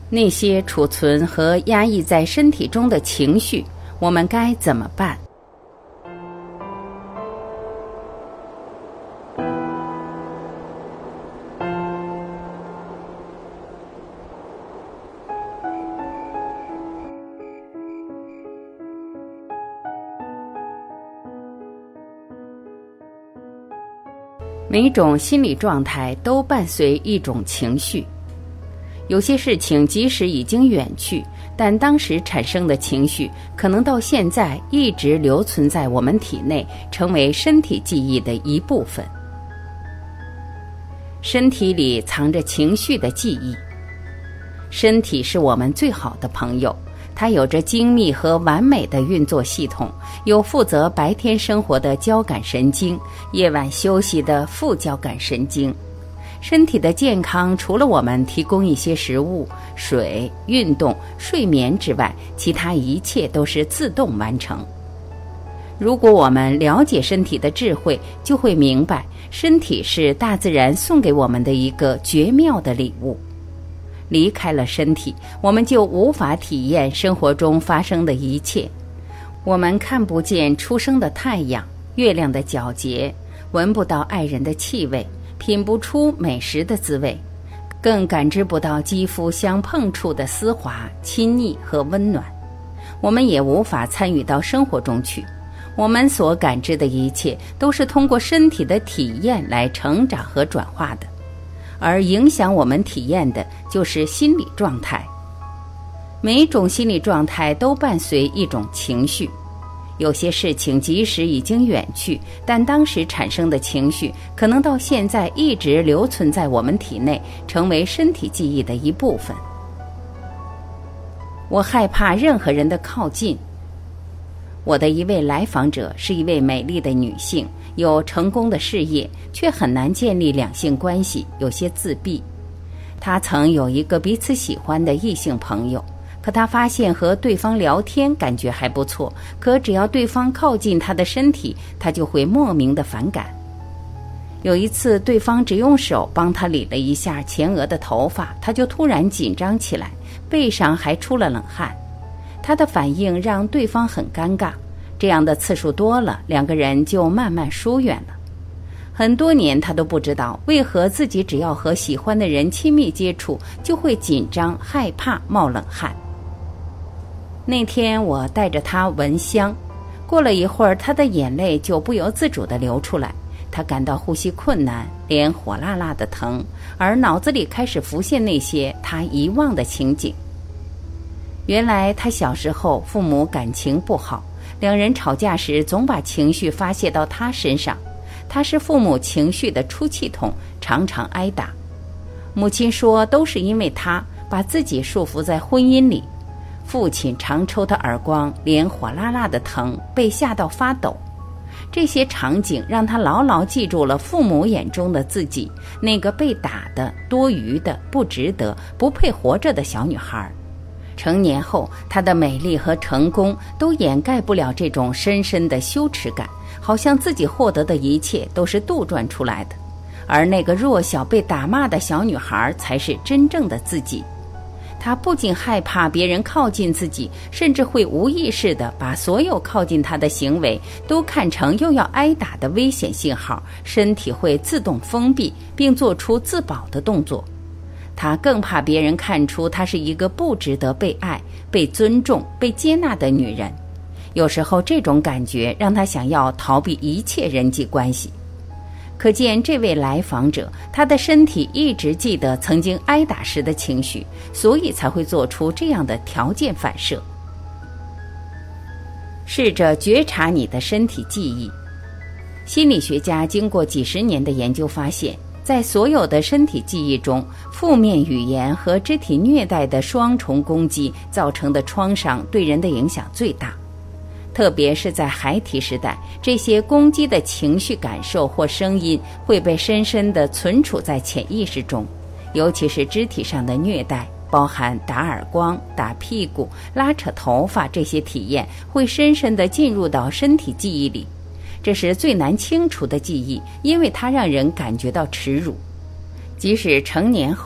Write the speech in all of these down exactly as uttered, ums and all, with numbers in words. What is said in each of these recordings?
那些储存和压抑在身体中的情绪，我们该怎么办？每种心理状态都伴随一种情绪，有些事情即使已经远去，但当时产生的情绪可能到现在一直留存在我们体内，成为身体记忆的一部分。身体里藏着情绪的记忆，身体是我们最好的朋友，它有着精密和完美的运作系统，有负责白天生活的交感神经，夜晚休息的副交感神经。身体的健康除了我们提供一些食物、水、运动、睡眠之外，其他一切都是自动完成。如果我们了解身体的智慧，就会明白，身体是大自然送给我们的一个绝妙的礼物。离开了身体，我们就无法体验生活中发生的一切。我们看不见初升的太阳、月亮的皎洁，闻不到爱人的气味，品不出美食的滋味，更感知不到肌肤相碰触的丝滑、亲昵和温暖。我们也无法参与到生活中去。我们所感知的一切都是通过身体的体验来成长和转化的，而影响我们体验的就是心理状态。每一种心理状态都伴随一种情绪，有些事情即使已经远去，但当时产生的情绪可能到现在一直留存在我们体内，成为身体记忆的一部分。我害怕任何人的靠近。我的一位来访者是一位美丽的女性，有成功的事业，却很难建立两性关系，有些自闭。她曾有一个彼此喜欢的异性朋友，可她发现和对方聊天感觉还不错，可只要对方靠近她的身体，她就会莫名的反感。有一次，对方只用手帮她理了一下前额的头发，她就突然紧张起来，背上还出了冷汗。她的反应让对方很尴尬，这样的次数多了，两个人就慢慢疏远了。很多年她都不知道为何自己只要和喜欢的人亲密接触就会紧张、害怕、冒冷汗。那天我带着她闻香，过了一会儿，她的眼泪就不由自主地流出来，她感到呼吸困难，脸火辣辣的疼，而脑子里开始浮现那些她遗忘的情景。原来她小时候父母感情不好，两人吵架时总把情绪发泄到她身上，她是父母情绪的出气筒，常常挨打。母亲说都是因为她把自己束缚在婚姻里，父亲常抽她耳光，脸火辣辣的疼，被吓到发抖。这些场景让她牢牢记住了父母眼中的自己，那个被打的、多余的、不值得、不配活着的小女孩。成年后，她的美丽和成功都掩盖不了这种深深的羞耻感，好像自己获得的一切都是杜撰出来的，而那个弱小被打骂的小女孩才是真正的自己。她不仅害怕别人靠近自己，甚至会无意识地把所有靠近她的行为都看成又要挨打的危险信号，身体会自动封闭，并做出自保的动作。她更怕别人看出她是一个不值得被爱、被尊重、被接纳的女人。有时候这种感觉让她想要逃避一切人际关系。可见这位来访者，她的身体一直记得曾经挨打时的情绪，所以才会做出这样的条件反射。试着觉察你的身体记忆。心理学家经过几十年的研究发现，在所有的身体记忆中，负面语言和肢体虐待的双重攻击造成的创伤对人的影响最大。特别是在孩提时代，这些攻击的情绪感受或声音会被深深地存储在潜意识中，尤其是肢体上的虐待，包含打耳光、打屁股、拉扯头发，这些体验会深深地进入到身体记忆里。这是最难清除的记忆，因为它让人感觉到耻辱。即使成年后，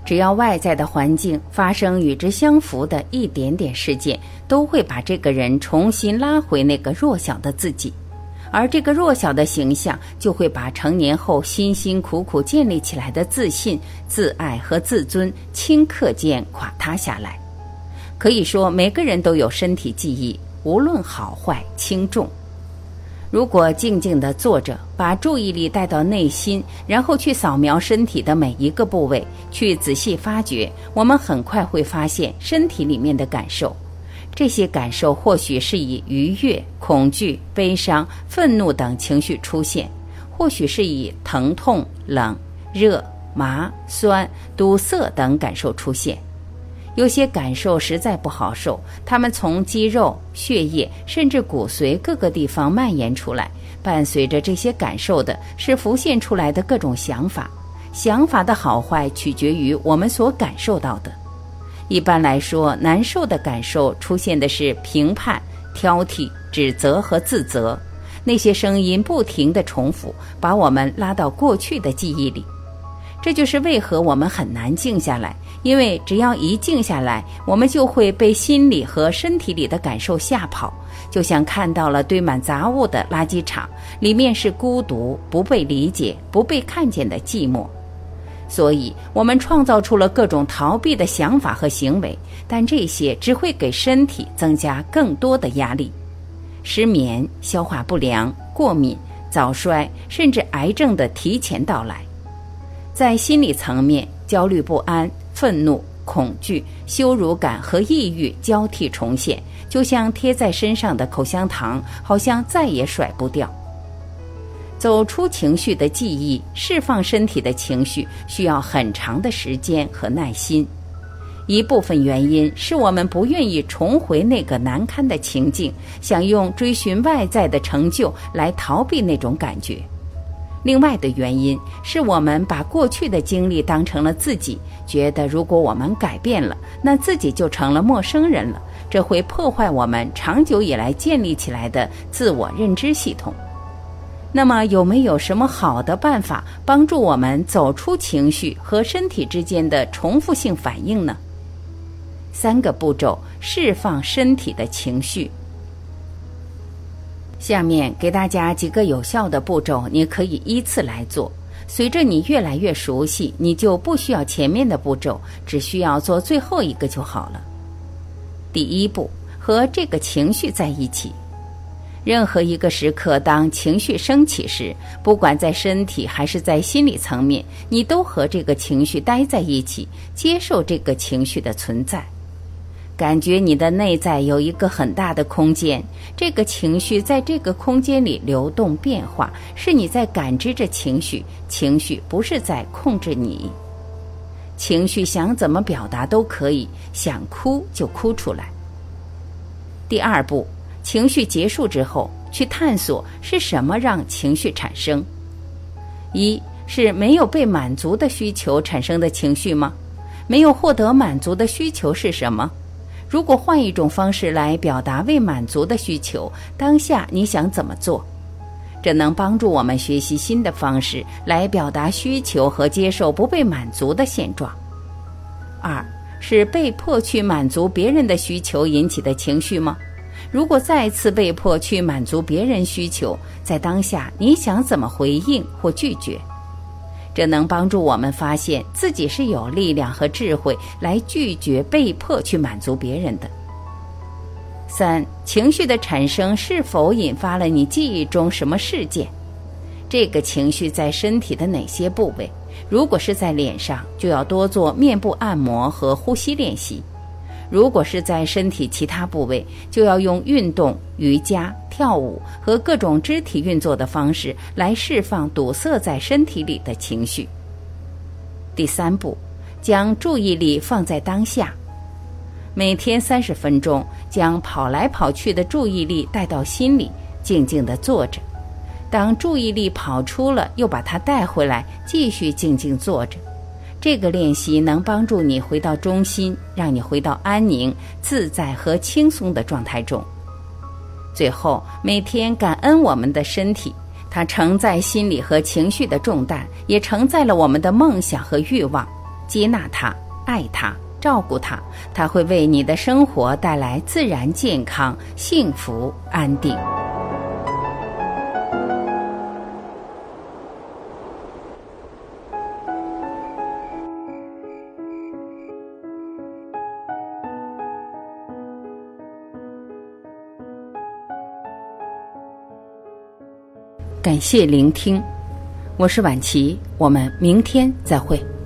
只要外在的环境发生与之相符的一点点事件，都会把这个人重新拉回那个弱小的自己，而这个弱小的形象就会把成年后辛辛苦苦建立起来的自信、自爱和自尊顷刻间垮塌下来。可以说每个人都有身体记忆，无论好坏轻重。如果静静地坐着，把注意力带到内心，然后去扫描身体的每一个部位，去仔细发掘，我们很快会发现身体里面的感受。这些感受或许是以愉悦、恐惧、悲伤、愤怒等情绪出现，或许是以疼痛、冷、热、麻、酸、堵塞等感受出现。有些感受实在不好受，它们从肌肉、血液甚至骨髓各个地方蔓延出来，伴随着这些感受的是浮现出来的各种想法。想法的好坏取决于我们所感受到的。一般来说，难受的感受出现的是评判、挑剔、指责和自责，那些声音不停地重复，把我们拉到过去的记忆里。这就是为何我们很难静下来，因为只要一静下来，我们就会被心理和身体里的感受吓跑，就像看到了堆满杂物的垃圾场，里面是孤独、不被理解、不被看见的寂寞。所以我们创造出了各种逃避的想法和行为，但这些只会给身体增加更多的压力。失眠、消化不良、过敏、早衰，甚至癌症的提前到来。在心理层面，焦虑不安、愤怒、恐惧、羞辱感和抑郁交替重现，就像贴在身上的口香糖，好像再也甩不掉。走出情绪的记忆，释放身体的情绪，需要很长的时间和耐心。一部分原因是我们不愿意重回那个难堪的情境，想用追寻外在的成就来逃避那种感觉。另外的原因是我们把过去的经历当成了自己，觉得如果我们改变了，那自己就成了陌生人了，这会破坏我们长久以来建立起来的自我认知系统。那么有没有什么好的办法帮助我们走出情绪和身体之间的重复性反应呢？三个步骤释放身体的情绪。下面给大家几个有效的步骤，你可以依次来做。随着你越来越熟悉，你就不需要前面的步骤，只需要做最后一个就好了。第一步，和这个情绪在一起。任何一个时刻，当情绪升起时，不管在身体还是在心理层面，你都和这个情绪待在一起，接受这个情绪的存在。感觉你的内在有一个很大的空间，这个情绪在这个空间里流动变化，是你在感知着情绪，情绪不是在控制你。情绪想怎么表达都可以，想哭就哭出来。第二步，情绪结束之后，去探索是什么让情绪产生。一是没有被满足的需求产生的情绪吗？没有获得满足的需求是什么？如果换一种方式来表达未满足的需求，当下你想怎么做？这能帮助我们学习新的方式来表达需求和接受不被满足的现状。二是被迫去满足别人的需求引起的情绪吗？如果再次被迫去满足别人需求，在当下你想怎么回应或拒绝？这能帮助我们发现自己是有力量和智慧来拒绝被迫去满足别人的。三、情绪的产生是否引发了你记忆中什么事件？这个情绪在身体的哪些部位？如果是在脸上，就要多做面部按摩和呼吸练习；如果是在身体其他部位，就要用运动、瑜伽、跳舞和各种肢体运作的方式来释放堵塞在身体里的情绪。第三步，将注意力放在当下。每天三十分钟，将跑来跑去的注意力带到心里，静静地坐着。当注意力跑出了，又把它带回来，继续静静坐着。这个练习能帮助你回到中心，让你回到安宁、自在和轻松的状态中。最后，每天感恩我们的身体，它承载心理和情绪的重担，也承载了我们的梦想和欲望。 接纳它，爱它，照顾它，它会为你的生活带来自然、健康、幸福、安定。感谢聆听，我是婉琪，我们明天再会。